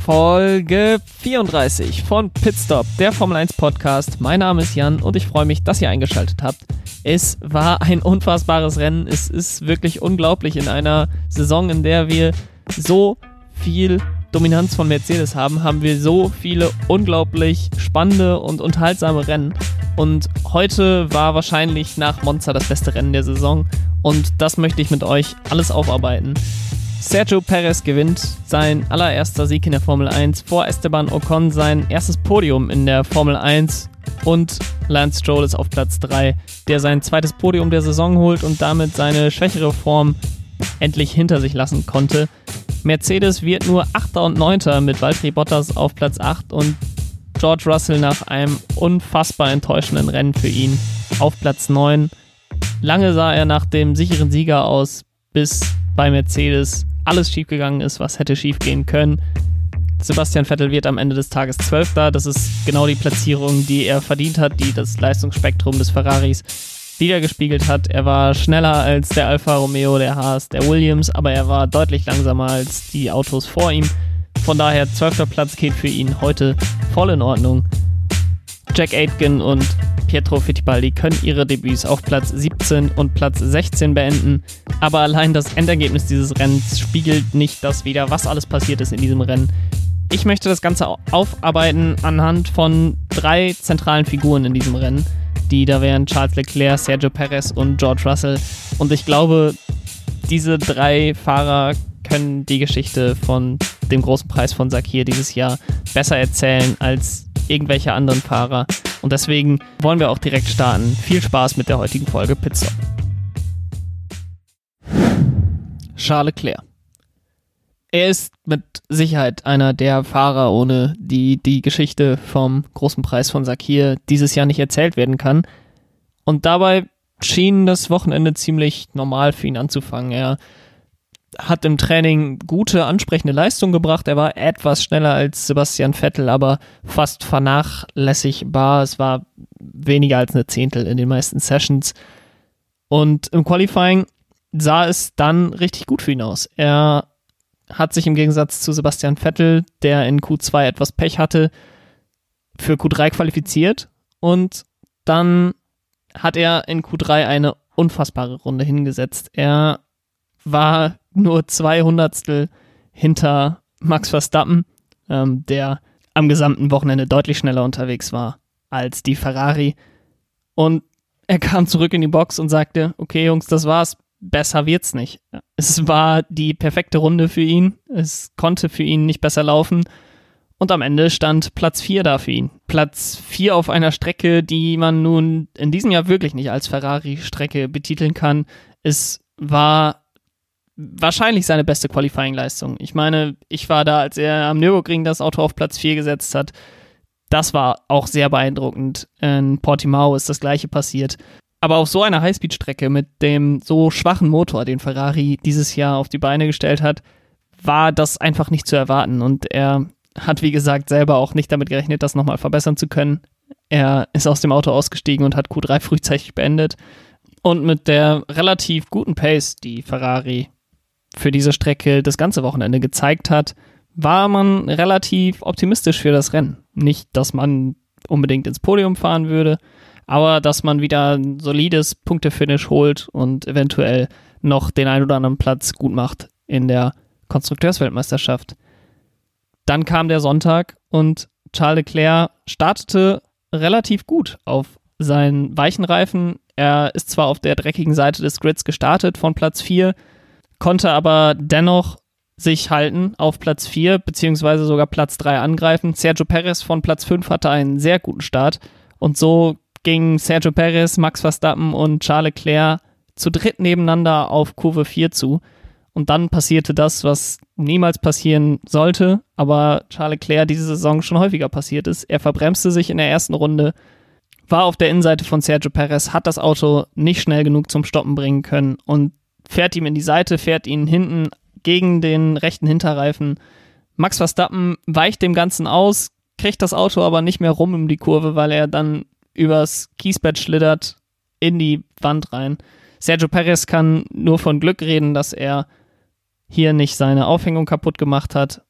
Folge 34 von Pitstop, der Formel 1 Podcast. Mein Name ist Jan und ich freue mich, dass ihr eingeschaltet habt. Es war ein unfassbares Rennen. Es ist wirklich unglaublich in einer Saison, in der wir so viel Dominanz von Mercedes haben wir so viele unglaublich spannende und unterhaltsame Rennen. Und heute war wahrscheinlich nach Monza das beste Rennen der Saison. Und das möchte ich mit euch alles aufarbeiten. Sergio Perez gewinnt sein allererster Sieg in der Formel 1 vor Esteban Ocon, sein erstes Podium in der Formel 1 und Lance Stroll ist auf Platz 3, der sein zweites Podium der Saison holt und damit seine schwächere Form endlich hinter sich lassen konnte. Mercedes wird nur 8. und 9. mit Valtteri Bottas auf Platz 8 und George Russell nach einem unfassbar enttäuschenden Rennen für ihn auf Platz 9. Lange sah er nach dem sicheren Sieger aus, bis bei Mercedes alles schiefgegangen ist, was hätte schiefgehen können. Sebastian Vettel wird am Ende des Tages 12. Das ist genau die Platzierung, die er verdient hat, die das Leistungsspektrum des Ferraris wiedergespiegelt hat. Er war schneller als der Alfa Romeo, der Haas, der Williams, aber er war deutlich langsamer als die Autos vor ihm. Von daher 12. Platz geht für ihn heute voll in Ordnung. Jack Aitken und Pietro Fittipaldi können ihre Debüts auf Platz 17 und Platz 16 beenden, aber allein das Endergebnis dieses Rennens spiegelt nicht das wider, was alles passiert ist in diesem Rennen. Ich möchte das Ganze aufarbeiten anhand von 3 zentralen Figuren in diesem Rennen, die da wären Charles Leclerc, Sergio Perez und George Russell, und ich glaube, diese 3 Fahrer können die Geschichte von dem großen Preis von Sakhir dieses Jahr besser erzählen als irgendwelche anderen Fahrer. Und deswegen wollen wir auch direkt starten. Viel Spaß mit der heutigen Folge Pitstop. Charles Leclerc. Er ist mit Sicherheit einer der Fahrer, ohne die Geschichte vom großen Preis von Sakhir dieses Jahr nicht erzählt werden kann. Und dabei schien das Wochenende ziemlich normal für ihn anzufangen. Er hat im Training gute, ansprechende Leistung gebracht. Er war etwas schneller als Sebastian Vettel, aber fast vernachlässigbar. Es war weniger als eine Zehntel in den meisten Sessions. Und im Qualifying sah es dann richtig gut für ihn aus. Er hat sich im Gegensatz zu Sebastian Vettel, der in Q2 etwas Pech hatte, für Q3 qualifiziert. Und dann hat er in Q3 eine unfassbare Runde hingesetzt. Er war nur 200stel hinter Max Verstappen, der am gesamten Wochenende deutlich schneller unterwegs war als die Ferrari. Und er kam zurück in die Box und sagte, okay Jungs, das war's, besser wird's nicht. Es war die perfekte Runde für ihn, es konnte für ihn nicht besser laufen und am Ende stand Platz 4 da für ihn. Platz 4 auf einer Strecke, die man nun in diesem Jahr wirklich nicht als Ferrari-Strecke betiteln kann. Es war wahrscheinlich seine beste Qualifying-Leistung. Ich meine, ich war da, als er am Nürburgring das Auto auf Platz 4 gesetzt hat. Das war auch sehr beeindruckend. In Portimao ist das Gleiche passiert. Aber auf so einer Highspeed-Strecke mit dem so schwachen Motor, den Ferrari dieses Jahr auf die Beine gestellt hat, war das einfach nicht zu erwarten. Und er hat, wie gesagt, selber auch nicht damit gerechnet, das nochmal verbessern zu können. Er ist aus dem Auto ausgestiegen und hat Q3 frühzeitig beendet. Und mit der relativ guten Pace, die Ferrari für diese Strecke das ganze Wochenende gezeigt hat, war man relativ optimistisch für das Rennen. Nicht, dass man unbedingt ins Podium fahren würde, aber dass man wieder ein solides Punktefinish holt und eventuell noch den ein oder anderen Platz gut macht in der Konstrukteursweltmeisterschaft. Dann kam der Sonntag und Charles Leclerc startete relativ gut auf seinen weichen Reifen. Er ist zwar auf der dreckigen Seite des Grids gestartet von Platz 4, konnte aber dennoch sich halten auf Platz 4, beziehungsweise sogar Platz 3 angreifen. Sergio Perez von Platz 5 hatte einen sehr guten Start und so gingen Sergio Perez, Max Verstappen und Charles Leclerc zu dritt nebeneinander auf Kurve 4 zu. Und dann passierte das, was niemals passieren sollte, aber Charles Leclerc diese Saison schon häufiger passiert ist. Er verbremste sich in der ersten Runde, war auf der Innenseite von Sergio Perez, hat das Auto nicht schnell genug zum Stoppen bringen können und fährt ihm in die Seite, fährt ihn hinten gegen den rechten Hinterreifen. Max Verstappen weicht dem Ganzen aus, kriegt das Auto aber nicht mehr rum um die Kurve, weil er dann übers Kiesbett schlittert in die Wand rein. Sergio Perez kann nur von Glück reden, dass er hier nicht seine Aufhängung kaputt gemacht hat.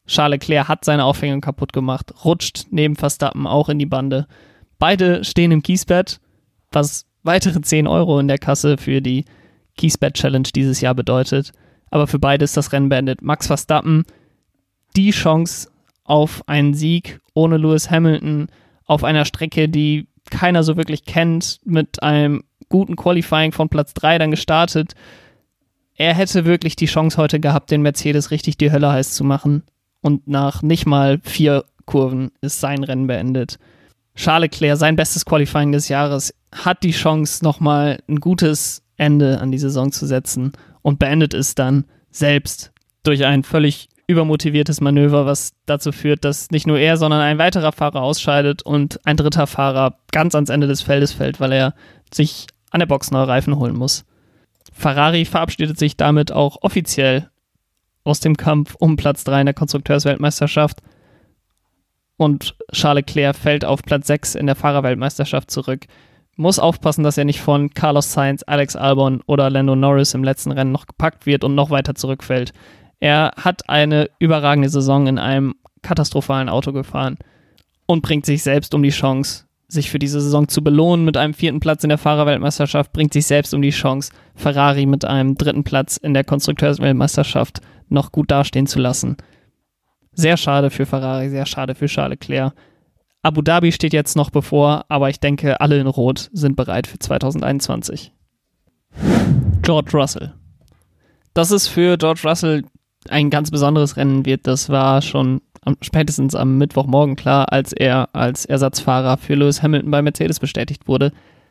Charles Leclerc hat seine Aufhängung kaputt gemacht, rutscht neben Verstappen auch in die Bande. Beide stehen im Kiesbett, was weitere 10 Euro in der Kasse für die Kiesbett-Challenge dieses Jahr bedeutet. Aber für beide ist das Rennen beendet. Max Verstappen, die Chance auf einen Sieg ohne Lewis Hamilton, auf einer Strecke, die keiner so wirklich kennt, mit einem guten Qualifying von Platz 3 dann gestartet. Er hätte wirklich die Chance heute gehabt, den Mercedes richtig die Hölle heiß zu machen. Und nach nicht mal 4 Kurven ist sein Rennen beendet. Charles Leclerc, sein bestes Qualifying des Jahres, hat die Chance, nochmal ein gutes Ende an die Saison zu setzen und beendet es dann selbst durch ein völlig übermotiviertes Manöver, was dazu führt, dass nicht nur er, sondern ein weiterer Fahrer ausscheidet und ein dritter Fahrer ganz ans Ende des Feldes fällt, weil er sich an der Box neue Reifen holen muss. Ferrari verabschiedet sich damit auch offiziell aus dem Kampf um Platz 3 in der Konstrukteursweltmeisterschaft und Charles Leclerc fällt auf Platz 6 in der Fahrerweltmeisterschaft zurück. Muss aufpassen, dass er nicht von Carlos Sainz, Alex Albon oder Lando Norris im letzten Rennen noch gepackt wird und noch weiter zurückfällt. Er hat eine überragende Saison in einem katastrophalen Auto gefahren und bringt sich selbst um die Chance, sich für diese Saison zu belohnen mit einem 4. Platz in der Fahrerweltmeisterschaft, bringt sich selbst um die Chance, Ferrari mit einem 3. Platz in der Konstrukteursweltmeisterschaft noch gut dastehen zu lassen. Sehr schade für Ferrari, sehr schade für Charles Leclerc. Abu Dhabi steht jetzt noch bevor, aber ich denke, alle in Rot sind bereit für 2021. George Russell. Dass es für George Russell ein ganz besonderes Rennen wird, das war schon spätestens am Mittwochmorgen klar, als er als Ersatzfahrer für Lewis Hamilton bei Mercedes bestätigt wurde.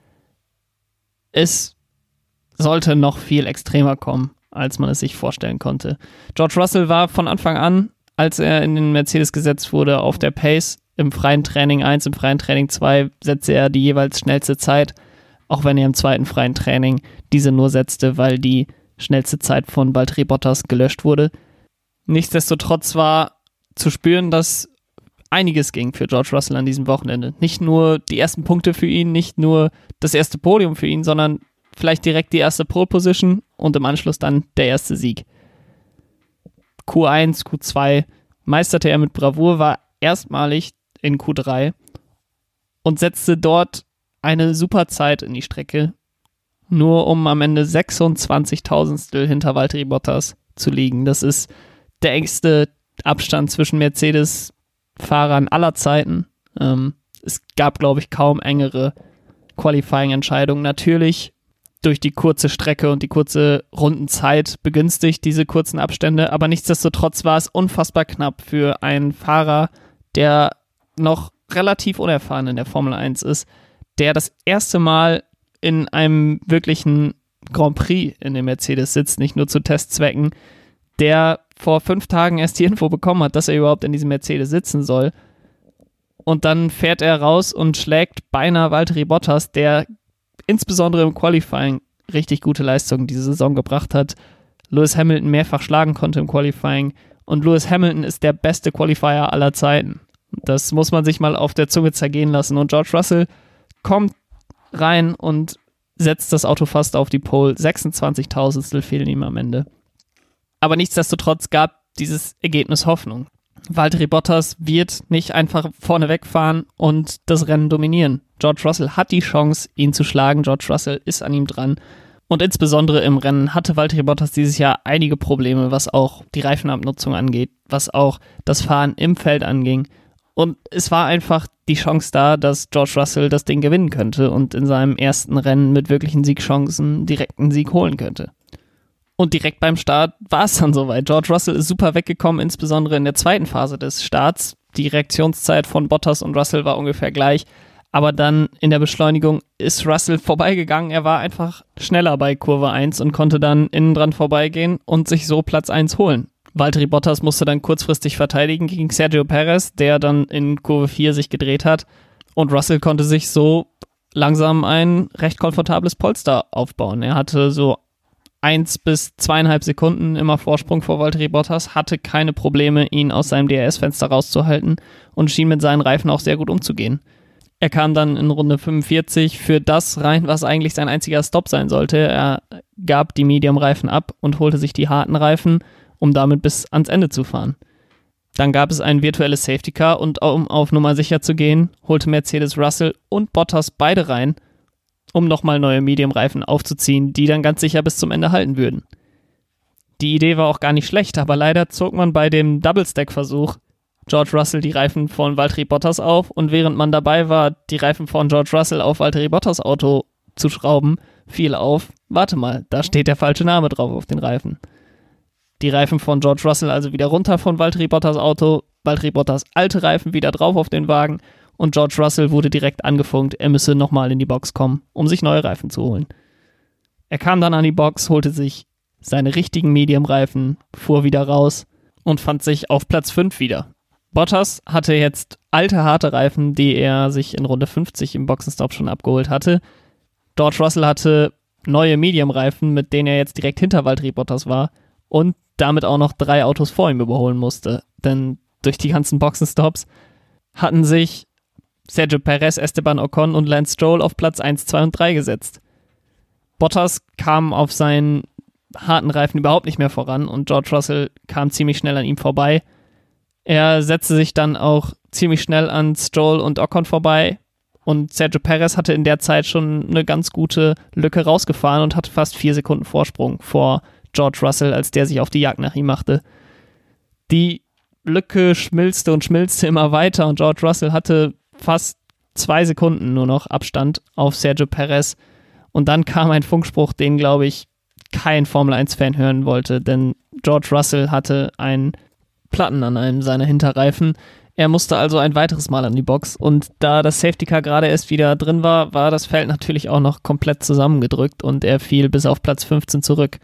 Es sollte noch viel extremer kommen, als man es sich vorstellen konnte. George Russell war von Anfang an, als er in den Mercedes gesetzt wurde, auf der Pace. Im freien Training 1, im freien Training 2 setzte er die jeweils schnellste Zeit, auch wenn er im zweiten freien Training diese nur setzte, weil die schnellste Zeit von Valtteri Bottas gelöscht wurde. Nichtsdestotrotz war zu spüren, dass einiges ging für George Russell an diesem Wochenende. Nicht nur die ersten Punkte für ihn, nicht nur das erste Podium für ihn, sondern vielleicht direkt die erste Pole Position und im Anschluss dann der erste Sieg. Q1, Q2 meisterte er mit Bravour, war erstmalig in Q3 und setzte dort eine super Zeit in die Strecke, nur um am Ende 26.000stel hinter Valtteri Bottas zu liegen. Das ist der engste Abstand zwischen Mercedes-Fahrern aller Zeiten. Es gab, glaube ich, kaum engere Qualifying-Entscheidungen. Natürlich durch die kurze Strecke und die kurze Rundenzeit begünstigt diese kurzen Abstände, aber nichtsdestotrotz war es unfassbar knapp für einen Fahrer, der noch relativ unerfahren in der Formel 1 ist, der das erste Mal in einem wirklichen Grand Prix in dem Mercedes sitzt, nicht nur zu Testzwecken, der vor 5 Tagen erst die Info bekommen hat, dass er überhaupt in diesem Mercedes sitzen soll. Und dann fährt er raus und schlägt beinahe Valtteri Bottas, der insbesondere im Qualifying richtig gute Leistungen diese Saison gebracht hat, Lewis Hamilton mehrfach schlagen konnte im Qualifying und Lewis Hamilton ist der beste Qualifier aller Zeiten. Das muss man sich mal auf der Zunge zergehen lassen und George Russell kommt rein und setzt das Auto fast auf die Pole. 26.000stel fehlen ihm am Ende. Aber nichtsdestotrotz gab dieses Ergebnis Hoffnung. Valtteri Bottas wird nicht einfach vorne wegfahren und das Rennen dominieren. George Russell hat die Chance, ihn zu schlagen. George Russell ist an ihm dran. Und insbesondere im Rennen hatte Valtteri Bottas dieses Jahr einige Probleme, was auch die Reifenabnutzung angeht, was auch das Fahren im Feld anging. Und es war einfach die Chance da, dass George Russell das Ding gewinnen könnte und in seinem ersten Rennen mit wirklichen Siegchancen direkt einen Sieg holen könnte. Und direkt beim Start war es dann soweit. George Russell ist super weggekommen, insbesondere in der zweiten Phase des Starts. Die Reaktionszeit von Bottas und Russell war ungefähr gleich. Aber dann in der Beschleunigung ist Russell vorbeigegangen. Er war einfach schneller bei Kurve 1 und konnte dann innen dran vorbeigehen und sich so Platz 1 holen. Valtteri Bottas musste dann kurzfristig verteidigen gegen Sergio Perez, der dann in Kurve 4 sich gedreht hat. Und Russell konnte sich so langsam ein recht komfortables Polster aufbauen. Er hatte so 1 bis 2,5 Sekunden immer Vorsprung vor Valtteri Bottas, hatte keine Probleme, ihn aus seinem DRS-Fenster rauszuhalten und schien mit seinen Reifen auch sehr gut umzugehen. Er kam dann in Runde 45 für das rein, was eigentlich sein einziger Stopp sein sollte. Er gab die Medium-Reifen ab und holte sich die harten Reifen, um damit bis ans Ende zu fahren. Dann gab es ein virtuelles Safety Car und um auf Nummer sicher zu gehen, holte Mercedes Russell und Bottas beide rein, um nochmal neue Medium-Reifen aufzuziehen, die dann ganz sicher bis zum Ende halten würden. Die Idee war auch gar nicht schlecht, aber leider zog man bei dem Double-Stack-Versuch George Russell die Reifen von Valtteri Bottas auf und während man dabei war, die Reifen von George Russell auf Valtteri Bottas Auto zu schrauben, fiel auf, warte mal, da steht der falsche Name drauf auf den Reifen. Die Reifen von George Russell also wieder runter von Valtteri Bottas Auto, Valtteri Bottas alte Reifen wieder drauf auf den Wagen und George Russell wurde direkt angefunkt, er müsse nochmal in die Box kommen, um sich neue Reifen zu holen. Er kam dann an die Box, holte sich seine richtigen Medium-Reifen, fuhr wieder raus und fand sich auf Platz 5 wieder. Bottas hatte jetzt alte, harte Reifen, die er sich in Runde 50 im Boxenstopp schon abgeholt hatte. George Russell hatte neue Medium-Reifen, mit denen er jetzt direkt hinter Valtteri Bottas war und damit auch noch 3 Autos vor ihm überholen musste. Denn durch die ganzen Boxenstops hatten sich Sergio Perez, Esteban Ocon und Lance Stroll auf Platz 1, 2 und 3 gesetzt. Bottas kam auf seinen harten Reifen überhaupt nicht mehr voran und George Russell kam ziemlich schnell an ihm vorbei. Er setzte sich dann auch ziemlich schnell an Stroll und Ocon vorbei und Sergio Perez hatte in der Zeit schon eine ganz gute Lücke rausgefahren und hatte fast 4 Sekunden Vorsprung vor George Russell, als der sich auf die Jagd nach ihm machte. Die Lücke schmilzte und schmilzte immer weiter und George Russell hatte fast 2 Sekunden nur noch Abstand auf Sergio Perez und dann kam ein Funkspruch, den, glaube ich, kein Formel-1-Fan hören wollte, denn George Russell hatte einen Platten an einem seiner Hinterreifen. Er musste also ein weiteres Mal an die Box und da das Safety Car gerade erst wieder drin war, war das Feld natürlich auch noch komplett zusammengedrückt und er fiel bis auf Platz 15 zurück.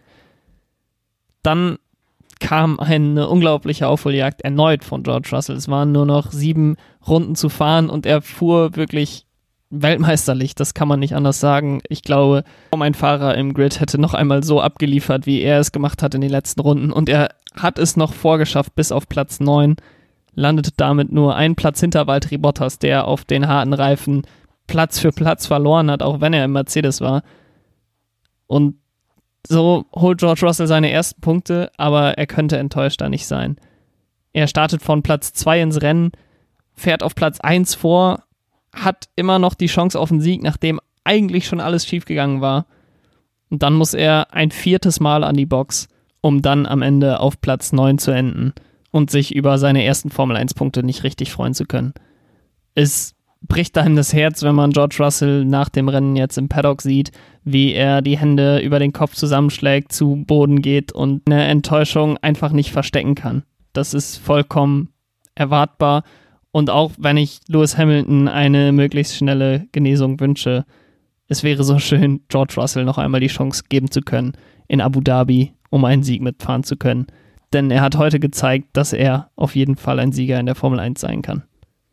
Dann kam eine unglaubliche Aufholjagd erneut von George Russell. Es waren nur noch 7 Runden zu fahren und er fuhr wirklich weltmeisterlich, das kann man nicht anders sagen. Ich glaube, kaum ein Fahrer im Grid hätte noch einmal so abgeliefert, wie er es gemacht hat in den letzten Runden und er hat es noch vorgeschafft bis auf Platz 9, landete damit nur einen Platz hinter Valtteri Bottas, der auf den harten Reifen Platz für Platz verloren hat, auch wenn er im Mercedes war. Und so holt George Russell seine ersten Punkte, aber er könnte enttäuschter nicht sein. Er startet von Platz 2 ins Rennen, fährt auf Platz 1 vor, hat immer noch die Chance auf den Sieg, nachdem eigentlich schon alles schiefgegangen war. Und dann muss er ein 4. Mal an die Box, um dann am Ende auf Platz 9 zu enden und sich über seine ersten Formel-1-Punkte nicht richtig freuen zu können. Es bricht einem das Herz, wenn man George Russell nach dem Rennen jetzt im Paddock sieht, wie er die Hände über den Kopf zusammenschlägt, zu Boden geht und eine Enttäuschung einfach nicht verstecken kann. Das ist vollkommen erwartbar. Und auch wenn ich Lewis Hamilton eine möglichst schnelle Genesung wünsche, es wäre so schön, George Russell noch einmal die Chance geben zu können, in Abu Dhabi, um einen Sieg mitfahren zu können. Denn er hat heute gezeigt, dass er auf jeden Fall ein Sieger in der Formel 1 sein kann.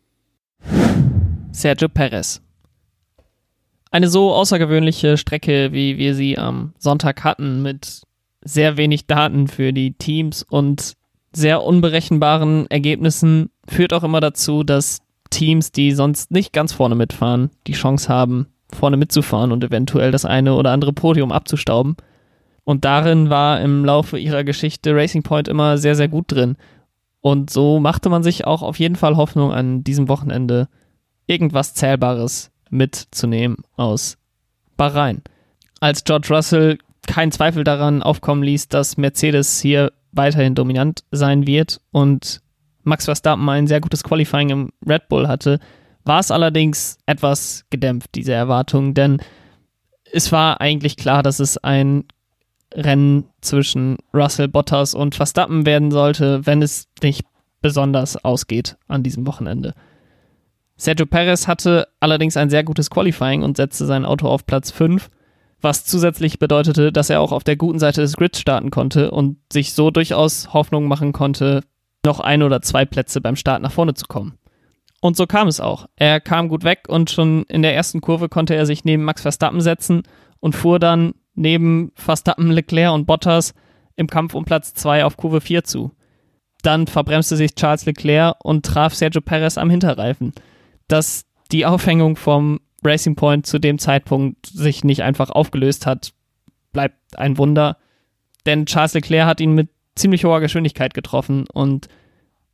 Sergio Perez. Eine so außergewöhnliche Strecke, wie wir sie am Sonntag hatten, mit sehr wenig Daten für die Teams und sehr unberechenbaren Ergebnissen, führt auch immer dazu, dass Teams, die sonst nicht ganz vorne mitfahren, die Chance haben, vorne mitzufahren und eventuell das eine oder andere Podium abzustauben. Und darin war im Laufe ihrer Geschichte Racing Point immer sehr, sehr gut drin. Und so machte man sich auch auf jeden Fall Hoffnung, an diesem Wochenende irgendwas Zählbares mitzunehmen aus Bahrain. Als George Russell keinen Zweifel daran aufkommen ließ, dass Mercedes hier weiterhin dominant sein wird und Max Verstappen ein sehr gutes Qualifying im Red Bull hatte, war es allerdings etwas gedämpft, diese Erwartung, denn es war eigentlich klar, dass es ein Rennen zwischen Russell, Bottas und Verstappen werden sollte, wenn es nicht besonders ausgeht an diesem Wochenende. Sergio Perez hatte allerdings ein sehr gutes Qualifying und setzte sein Auto auf Platz 5, was zusätzlich bedeutete, dass er auch auf der guten Seite des Grids starten konnte und sich so durchaus Hoffnung machen konnte, noch 1 oder 2 Plätze beim Start nach vorne zu kommen. Und so kam es auch. Er kam gut weg und schon in der ersten Kurve konnte er sich neben Max Verstappen setzen und fuhr dann neben Verstappen, Leclerc und Bottas im Kampf um Platz 2 auf Kurve 4 zu. Dann verbremste sich Charles Leclerc und traf Sergio Perez am Hinterreifen. Dass die Aufhängung vom Racing Point zu dem Zeitpunkt sich nicht einfach aufgelöst hat, bleibt ein Wunder, denn Charles Leclerc hat ihn mit ziemlich hoher Geschwindigkeit getroffen und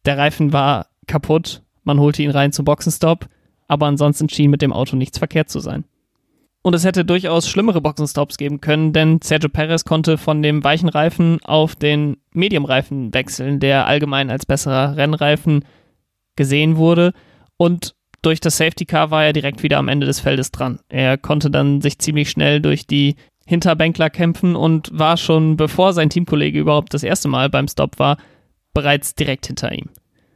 Der Reifen war kaputt, man holte ihn rein zum Boxenstopp, aber ansonsten schien mit dem Auto nichts verkehrt zu sein. Und es hätte durchaus schlimmere Boxenstops geben können, denn Sergio Perez konnte von dem weichen Reifen auf den Medium-Reifen wechseln, der allgemein als besserer Rennreifen gesehen wurde. Und durch das Safety Car war er direkt wieder am Ende des Feldes dran. Er konnte dann sich ziemlich schnell durch die Hinterbänkler kämpfen und war schon, bevor sein Teamkollege überhaupt das erste Mal beim Stop war, bereits direkt hinter ihm.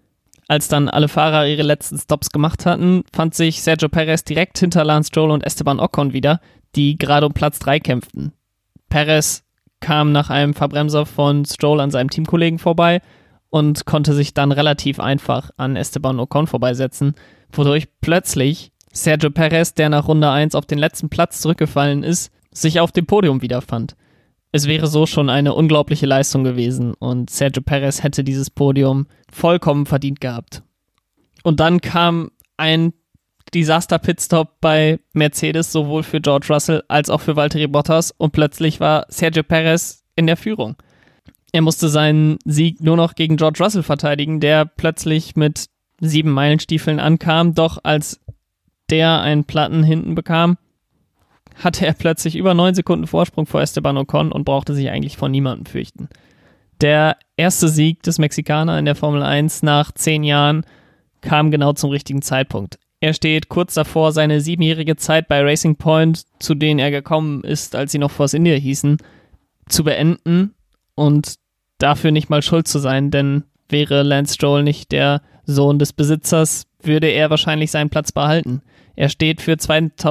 Als dann alle Fahrer ihre letzten Stops gemacht hatten, fand sich Sergio Perez direkt hinter Lance Stroll und Esteban Ocon wieder, die gerade um Platz 3 kämpften. Perez kam nach einem Verbremser von Stroll an seinem Teamkollegen vorbei und konnte sich dann relativ einfach an Esteban Ocon vorbeisetzen, wodurch plötzlich Sergio Perez, der nach Runde 1 auf den letzten Platz zurückgefallen ist, sich auf dem Podium wiederfand. Es wäre so schon eine unglaubliche Leistung gewesen und Sergio Perez hätte dieses Podium vollkommen verdient gehabt. Und dann kam ein Desaster-Pitstop bei Mercedes, sowohl für George Russell als auch für Valtteri Bottas, und plötzlich war Sergio Perez in der Führung. Er musste seinen Sieg nur noch gegen George Russell verteidigen, der plötzlich mit 7 Meilenstiefeln ankam, doch als der einen Platten hinten bekam, hatte er plötzlich über 9 Sekunden Vorsprung vor Esteban Ocon und brauchte sich eigentlich vor niemandem fürchten. Der erste Sieg des Mexikaner in der Formel 1 nach 10 Jahren kam genau zum richtigen Zeitpunkt. Er steht kurz davor, seine 7-jährige Zeit bei Racing Point, zu denen er gekommen ist, als sie noch Force India hießen, zu beenden und dafür nicht mal schuld zu sein, denn wäre Lance Stroll nicht der Sohn des Besitzers, würde er wahrscheinlich seinen Platz behalten. Er steht für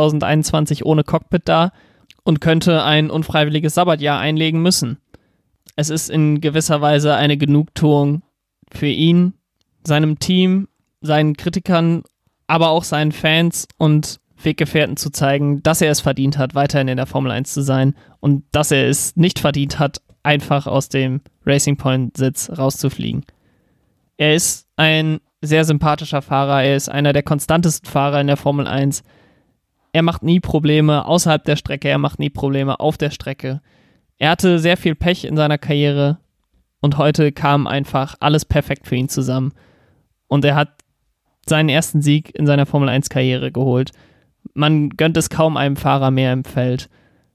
2021 ohne Cockpit da und könnte ein unfreiwilliges Sabbatjahr einlegen müssen. Es ist in gewisser Weise eine Genugtuung für ihn, seinem Team, seinen Kritikern, aber auch seinen Fans und Weggefährten zu zeigen, dass er es verdient hat, weiterhin in der Formel 1 zu sein und dass er es nicht verdient hat, einfach aus dem Racing Point-Sitz rauszufliegen. Er ist ein sehr sympathischer Fahrer, er ist einer der konstantesten Fahrer in der Formel 1. Er macht nie Probleme außerhalb der Strecke, er macht nie Probleme auf der Strecke. Er hatte sehr viel Pech in seiner Karriere und heute kam einfach alles perfekt für ihn zusammen. Und er hat seinen ersten Sieg in seiner Formel 1-Karriere geholt. Man gönnt es kaum einem Fahrer mehr im Feld.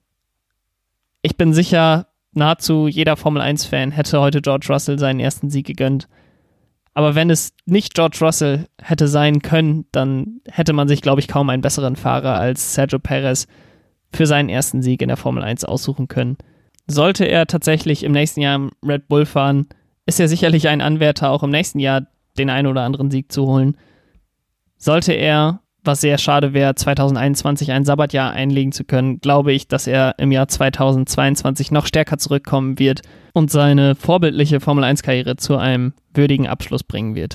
Ich bin sicher, nahezu jeder Formel 1-Fan hätte heute George Russell seinen ersten Sieg gegönnt. Aber wenn es nicht George Russell hätte sein können, dann hätte man sich, glaube ich, kaum einen besseren Fahrer als Sergio Perez für seinen ersten Sieg in der Formel 1 aussuchen können. Sollte er tatsächlich im nächsten Jahr im Red Bull fahren, ist er sicherlich ein Anwärter, auch im nächsten Jahr den einen oder anderen Sieg zu holen. Sollte er, was sehr schade wäre, 2021 ein Sabbatjahr einlegen zu können, glaube ich, dass er im Jahr 2022 noch stärker zurückkommen wird und seine vorbildliche Formel-1-Karriere zu einem würdigen Abschluss bringen wird.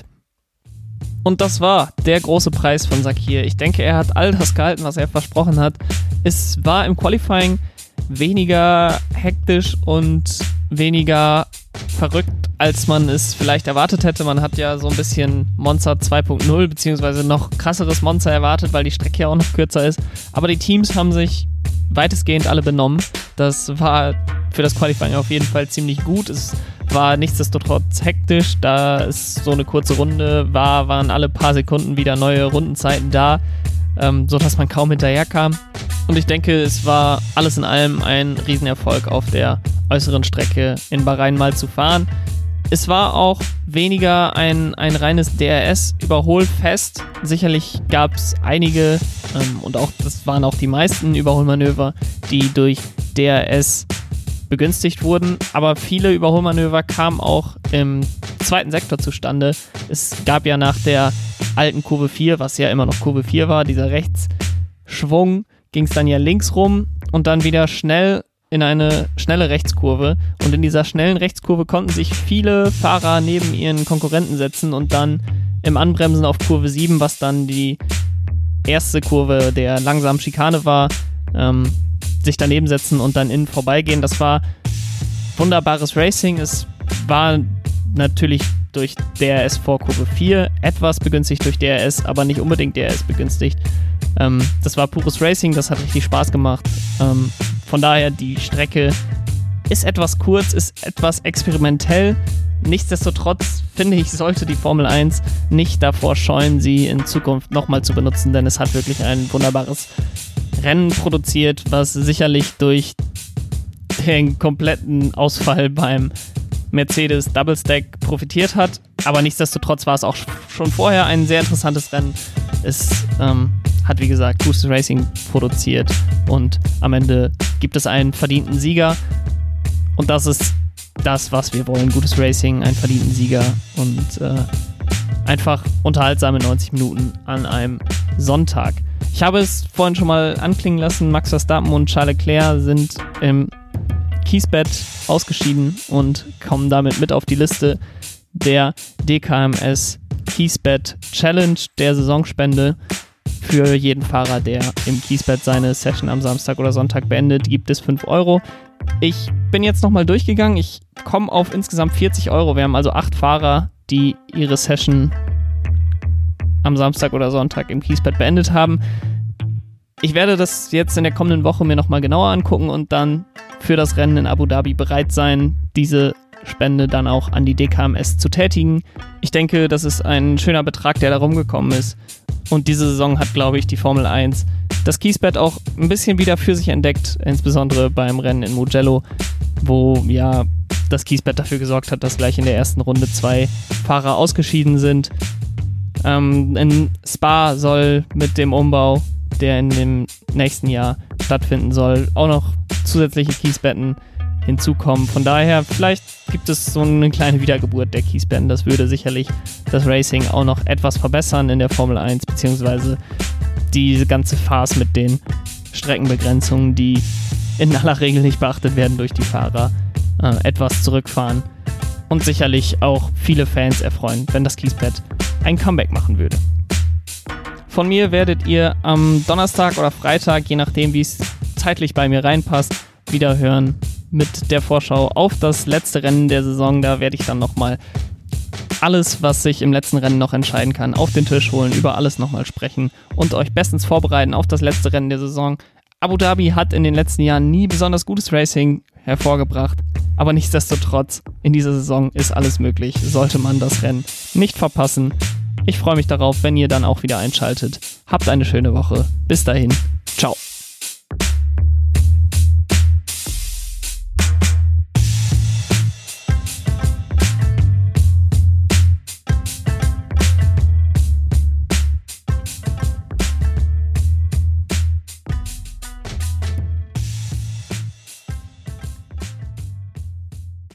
Und das war der große Preis von Sakhir. Ich denke, er hat all das gehalten, was er versprochen hat. Es war im Qualifying weniger hektisch und weniger verrückt, als man es vielleicht erwartet hätte. Man hat ja so ein bisschen Monza 2.0 beziehungsweise noch krasseres Monza erwartet, weil die Strecke ja auch noch kürzer ist. Aber die Teams haben sich weitestgehend alle benommen. Das war für das Qualifying auf jeden Fall ziemlich gut. Es war nichtsdestotrotz hektisch. Da es so eine kurze Runde war, waren alle paar Sekunden wieder neue Rundenzeiten da, sodass man kaum hinterherkam. Und ich denke, es war alles in allem ein Riesenerfolg, auf der äußeren Strecke in Bahrain mal zu fahren. Es war auch weniger ein reines DRS-Überholfest. Sicherlich gab es einige, und auch das waren auch die meisten Überholmanöver, die durch DRS begünstigt wurden. Aber viele Überholmanöver kamen auch im zweiten Sektor zustande. Es gab ja nach der alten Kurve 4, was ja immer noch Kurve 4 war, dieser Rechtsschwung, ging es dann ja links rum und dann wieder schnell in eine schnelle Rechtskurve. Und in dieser schnellen Rechtskurve konnten sich viele Fahrer neben ihren Konkurrenten setzen und dann im Anbremsen auf Kurve 7, was dann die erste Kurve der langsamen Schikane war, sich daneben setzen und dann innen vorbeigehen. Das war wunderbares Racing. Es war natürlich durch DRS vor Kurve 4 etwas begünstigt durch DRS, aber nicht unbedingt DRS begünstigt. Das war pures Racing, das hat richtig Spaß gemacht. Von daher, die Strecke ist etwas kurz, ist etwas experimentell. Nichtsdestotrotz finde ich, sollte die Formel 1 nicht davor scheuen, sie in Zukunft nochmal zu benutzen, denn es hat wirklich ein wunderbares Rennen produziert, was sicherlich durch den kompletten Ausfall beim Mercedes Double Stack profitiert hat, aber nichtsdestotrotz war es auch schon vorher ein sehr interessantes Rennen. Es hat, wie gesagt, gutes Racing produziert und am Ende gibt es einen verdienten Sieger und das ist das, was wir wollen. Gutes Racing, einen verdienten Sieger und einfach unterhaltsame 90 Minuten an einem Sonntag. Ich habe es vorhin schon mal anklingen lassen, Max Verstappen und Charles Leclerc sind im Kiesbett ausgeschieden und kommen damit mit auf die Liste der DKMS Kiesbett Challenge, der Saisonspende. Für jeden Fahrer, der im Kiesbett seine Session am Samstag oder Sonntag beendet, gibt es 5 Euro. Ich bin jetzt nochmal durchgegangen, ich komme auf insgesamt 40 Euro. Wir haben also 8 Fahrer, die ihre Session am Samstag oder Sonntag im Kiesbett beendet haben. Ich werde das jetzt in der kommenden Woche mir nochmal genauer angucken und dann für das Rennen in Abu Dhabi bereit sein, diese Spende dann auch an die DKMS zu tätigen. Ich denke, das ist ein schöner Betrag, der da rumgekommen ist. Und diese Saison hat, glaube ich, die Formel 1 das Kiesbett auch ein bisschen wieder für sich entdeckt, insbesondere beim Rennen in Mugello, wo ja das Kiesbett dafür gesorgt hat, dass gleich in der ersten Runde 2 Fahrer ausgeschieden sind. In Spa soll mit dem Umbau, der in dem nächsten Jahr stattfinden soll, auch noch zusätzliche Kiesbetten hinzukommen. Von daher, vielleicht gibt es so eine kleine Wiedergeburt der Kiesbetten. Das würde sicherlich das Racing auch noch etwas verbessern in der Formel 1, beziehungsweise diese ganze Farce mit den Streckenbegrenzungen, die in aller Regel nicht beachtet werden durch die Fahrer, etwas zurückfahren und sicherlich auch viele Fans erfreuen, wenn das Kiesbett ein Comeback machen würde. Von mir werdet ihr am Donnerstag oder Freitag, je nachdem wie es zeitlich bei mir reinpasst, wieder hören mit der Vorschau auf das letzte Rennen der Saison. Da werde ich dann nochmal alles, was sich im letzten Rennen noch entscheiden kann, auf den Tisch holen, über alles nochmal sprechen und euch bestens vorbereiten auf das letzte Rennen der Saison. Abu Dhabi hat in den letzten Jahren nie besonders gutes Racing hervorgebracht, aber nichtsdestotrotz, in dieser Saison ist alles möglich, sollte man das Rennen nicht verpassen. Ich freue mich darauf, wenn ihr dann auch wieder einschaltet. Habt eine schöne Woche. Bis dahin. Ciao.